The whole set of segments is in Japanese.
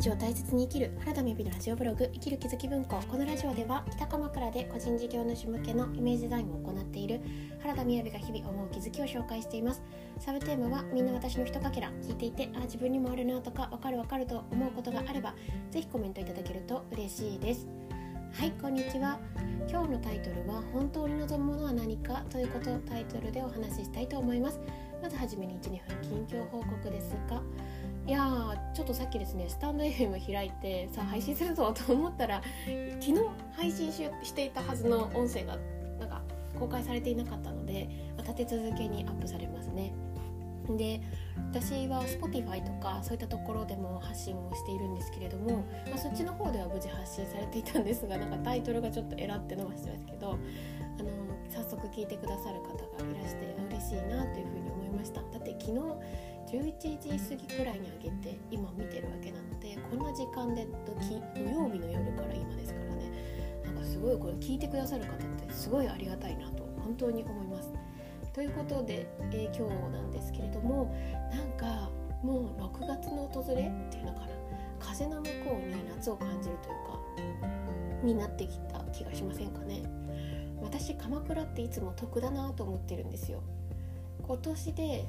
命を大切に生きる原田美美のラジオブログ生きる気づき文庫。このラジオでは北鎌倉で個人事業主向けのイメージデザインを行っている原田美美が日々思う気づきを紹介しています。サブテーマはみんな私のひとかけら。聞いていて自分にもあるなとかわかると思うことがあればぜひコメントいただけると嬉しいです。はい、こんにちは。今日のタイトルは本当に望むものは何かということをタイトルでお話ししたいと思います。まずはじめに 1,2 分近況報告ですが、いやーちょっとさっきですねスタンド FM 開いてさあ配信するぞと思ったら昨日配信していたはずの音声がなんか公開されていなかったので、立て続けにアップされますね。で、私は Spotify とかそういったところでも発信をしているんですけれども、そっちの方では無事発信されていたんですが、なんかタイトルがちょっと選って伸ばしてますけど、早速聞いてくださる方がいらして嬉しいなというふうに思いました。だって昨日11時過ぎくらいに上げて今見てるわけなので、こんな時間で土曜日の夜から今ですからね、なんかすごいこれ聞いてくださる方ってすごいありがたいなと本当に思います。ということで、今日なんですけれども、なんかもう6月の訪れっていうのかな、風の向こうに夏を感じるというかになってきた気がしませんかね。私鎌倉っていつも得だなと思ってるんですよ。今年で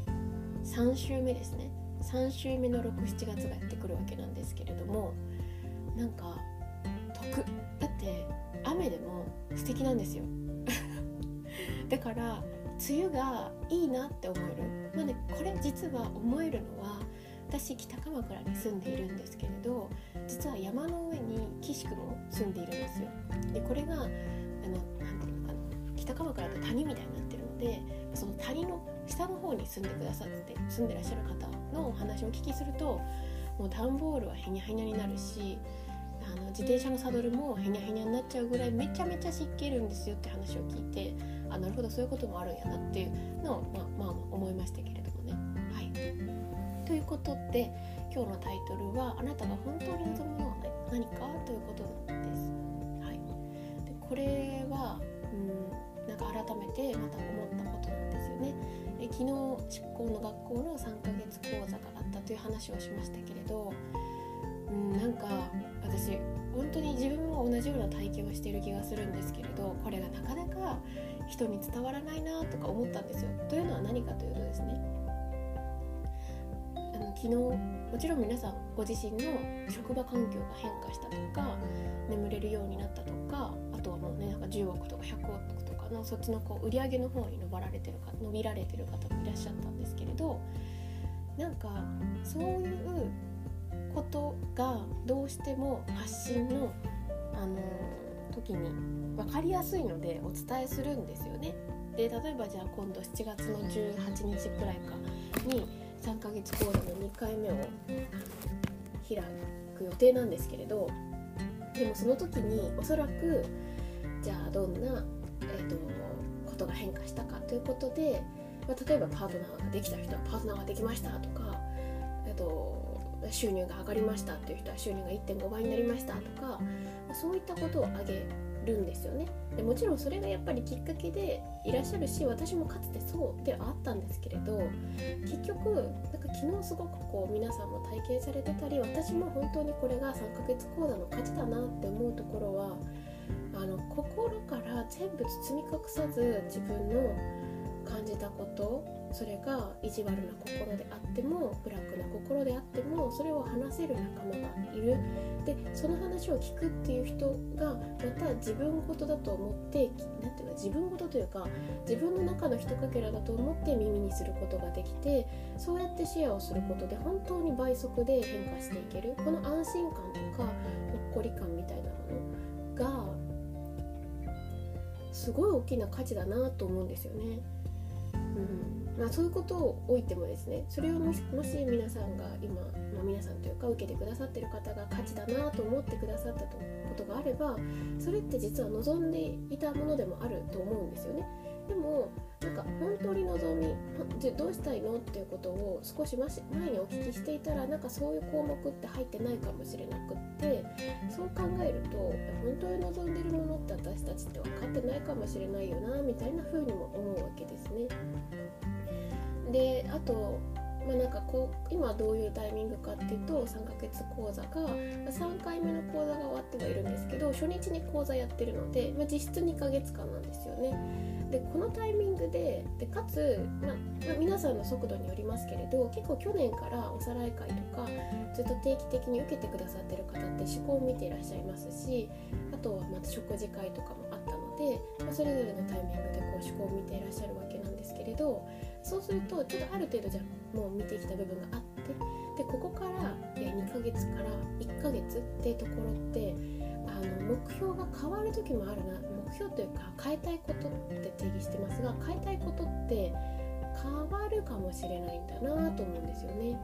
3週目ですね。3週目の6、7月がやってくるわけなんですけれども、なんか得だって雨でも素敵なんですよだから梅雨がいいなって思える。これ実は思えるのは、私北鎌倉に住んでいるんですけれど、実は山の上に岸区も住んでいるんですよ。でこれがなんていうのかな、北鎌倉って谷みたいになってるので、その谷の下の方に住んでくださって住んでらっしゃる方のお話をお聞きすると、もう段ボールはへにゃへにゃになるし、自転車のサドルもへにゃへにゃになっちゃうぐらいめちゃめちゃ湿気るんですよって話を聞いて、なるほどそういうこともあるんやなっていうのを思いましたけれどもね。はい。ということで今日のタイトルは、あなたが本当に望むものは何かということなんです。はい。でこれはなんか改めてまた思ったことなんですよね。昨日執行の学校の3ヶ月講座があったという話をしましたけれど、なんか私本当に自分も同じような体験をしている気がするんですけれど、これがなかなか人に伝わらないなとか思ったんですよ。というのは何かというとですね、昨日もちろん皆さんご自身の職場環境が変化したとか、眠れるようになったとか、あとはもうねなんか10億とか100億とかのそっちの売り上げの方に伸びられてる方もいらっしゃったんですけれど、なんかそういうことがどうしても発信の時に分かりやすいのでお伝えするんですよね。で例えばじゃあ今度7月の18日くらいかに3ヶ月講座の2回目を開く予定なんですけれど、でもその時におそらくじゃあどんな、ことが変化したかということで、例えばパートナーができた人はパートナーができましたとか、収入が上がりましたっていう人は収入が 1.5 倍になりましたとか、そういったことを挙げるんですよね。でもちろんそれがやっぱりきっかけでいらっしゃるし、私もかつてそうではあったんですけれど、結局なんか昨日すごく皆さんも体験されてたり、私も本当にこれが3ヶ月講座の価値だなって思うところは、心から全部包み隠さず自分の感じたこと、それが意地悪な心であってもブラックな心であっても、それを話せる仲間がいる。でその話を聞くっていう人がまた自分事だと思って、なんていうか自分事というか自分の中のひとかけらだと思って耳にすることができて、そうやってシェアをすることで本当に倍速で変化していける、この安心感とかほっこり感みたいなものがすごい大きな価値だなと思うんですよね。そういうことをおいてもですね、それをもし皆さんが今、皆さんというか受けてくださっている方が価値だなと思ってくださったことがあれば、それって実は望んでいたものでもあると思うんですよね。でもなんか本当に望みどうしたいのっていうことを少し前にお聞きしていたら、なんかそういう項目って入ってないかもしれなくって、そう考えると本当に望んでるものって私たちって分かってないかもしれないよなみたいな風にも思うわけですね。であとなんかこう今どういうタイミングかっていうと、3ヶ月講座が3回目の講座が終わってはいるんですけど、初日に講座やってるので、実質2ヶ月間なんですよね。でこのタイミングでかつ、皆さんの速度によりますけれど、結構去年からおさらい会とかずっと定期的に受けてくださってる方って思考を見ていらっしゃいますし、あとはまた食事会とかもあったので、それぞれのタイミングでこう思考を見ていらっしゃるわけなんですけれど、そうするとちょっとある程度じゃもう見てきた部分があって、でここから2ヶ月から1ヶ月っていうところって目標が変わる時もあるな。目標というか変えたいことって定義してますが、変えたいことって変わるかもしれないんだなと思うんですよね。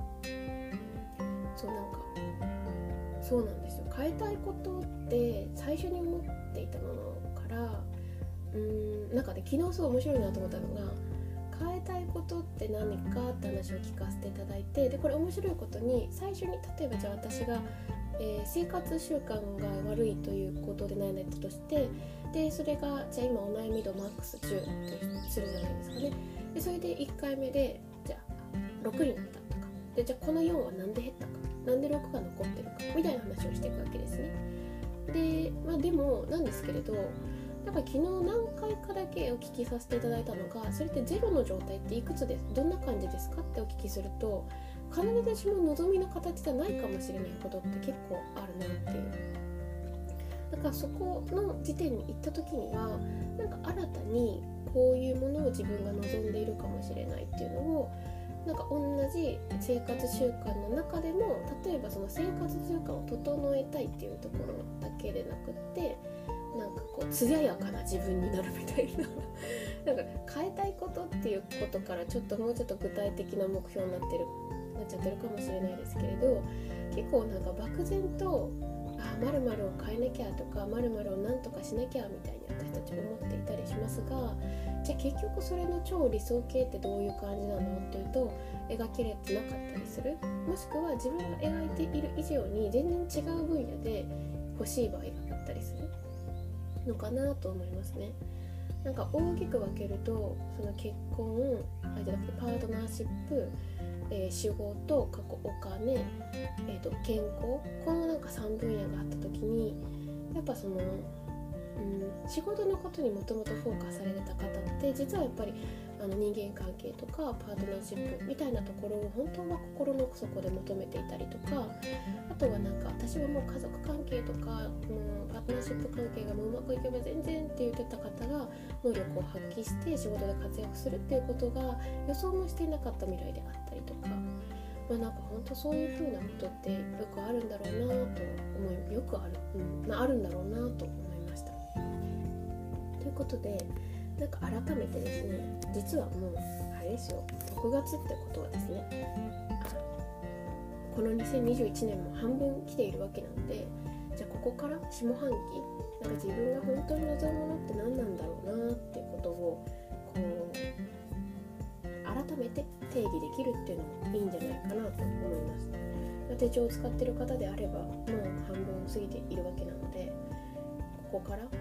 そうなんですよ。変えたいことって最初に思っていたものから中で昨日すごい面白いなと思ったのが、変えたいことって何かって話を聞かせていただいて、でこれ面白いことに最初に例えばじゃあ私が生活習慣が悪いということで悩んでたとして、でそれがじゃあ今お悩み度マックス10とするじゃないですかね。でそれで1回目でじゃあ6になったとかで、じゃあこの4はなんで減ったか、なんで6が残ってるかみたいな話をしていくわけですね。で、でもなんですけれど、だから昨日何回かだけお聞きさせていただいたのが、それってゼロの状態っていくつです、どんな感じですかってお聞きすると、必ずしも望みの形じゃないかもしれないことって結構あるなっていう。だからそこの時点に行った時には、なんか新たにこういうものを自分が望んでいるかもしれないっていうのを、なんか同じ生活習慣の中でも、例えばその生活習慣を整えたいっていうところだけでなくって、なんかこう艶やかな自分になるみたいななんか変えたいことっていうことからちょっともうちょっと具体的な目標になっちゃってるかもしれないですけれど、結構なんか漠然と〇〇を変えなきゃとか〇〇をなんとかしなきゃみたいに私たち思っていたりしますが、じゃあ結局それの超理想形ってどういう感じなのっていうと、描けれてなかったりする、もしくは自分が描いている以上に全然違う分野で欲しい場合があったりするのかなと思いますね。なんか大きく分けると、その結婚じゃなくてパートナーシップ、仕事、お金、健康、このなんか3分野があった時に、やっぱその、仕事のことにもともとフォーカスされてた方って実はやっぱり人間関係とかパートナーシップみたいなところを本当は心の奥底で求めていたりとか、あとはなんか私はもう家族関係とかパートナーシップ関係がもううまくいけば全然って言ってた方が能力を発揮して仕事で活躍するっていうことが予想もしていなかった未来であったりとか、なんか本当そういう風なことってよくあるんだろうなと思い、よくある、あるんだろうなと思いました。ということで、なんか改めてですね、実はもうあれですよ、6月ってことはですね、この2021年も半分来ているわけなので、じゃあここから下半期、なんか自分が本当に望むものって何なんだろうなっていうことをこう改めて定義できるっていうのもいいんじゃないかなと思います。手帳を使っている方であればもう半分過ぎているわけなので、ここからなんか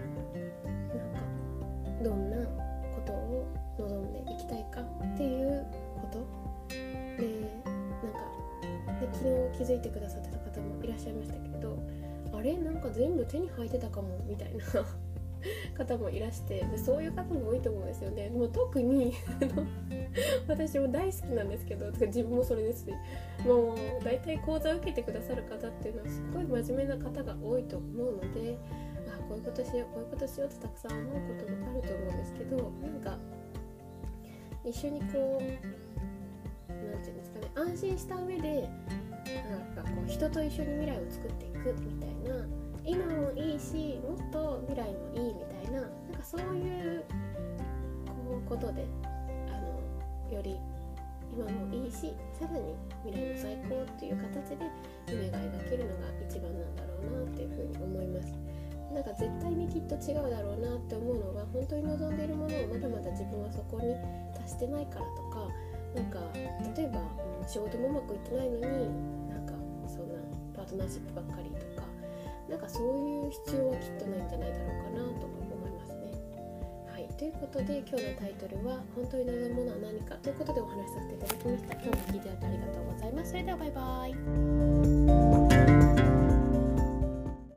どんなことを望んでいきたいかっていうことで、なんかで昨日気づいてくださってた方もいらっしゃいましたけど、あれなんか全部手に入ってたかもみたいな方もいらして、でそういう方も多いと思うんですよね。もう特に私も大好きなんですけど、自分もそれですね。もう大体講座を受けてくださる方っていうのはすごい真面目な方が多いと思うので、こういうことしようこういうことしようってたくさん思うこともあると思うんですけど、なんか一緒にこうなんていうんですかね、安心した上でなんかこう人と一緒に未来を作っていくみたいな、今もいいしもっと未来もいいみたいな、なんかそういうことでより今もいいし、さらに未来も最高っていう形で夢が描けるのが一番なんだろうなっていうふうに思います。なんか絶対にきっと違うだろうなって思うのは、本当に望んでいるものをまだまだ自分はそこに達してないからとか、なんか例えば、仕事もうまくいってないのになんかそんなパートナーシップばっかりとか、なんかそういう必要はきっとないんじゃないだろうかなと思いますね。はい、とということで今日のタイトルは本当に望むものは何かということでお話しさせていただきました。今日も聞いていただいてありがとうございます。それではバイバイ。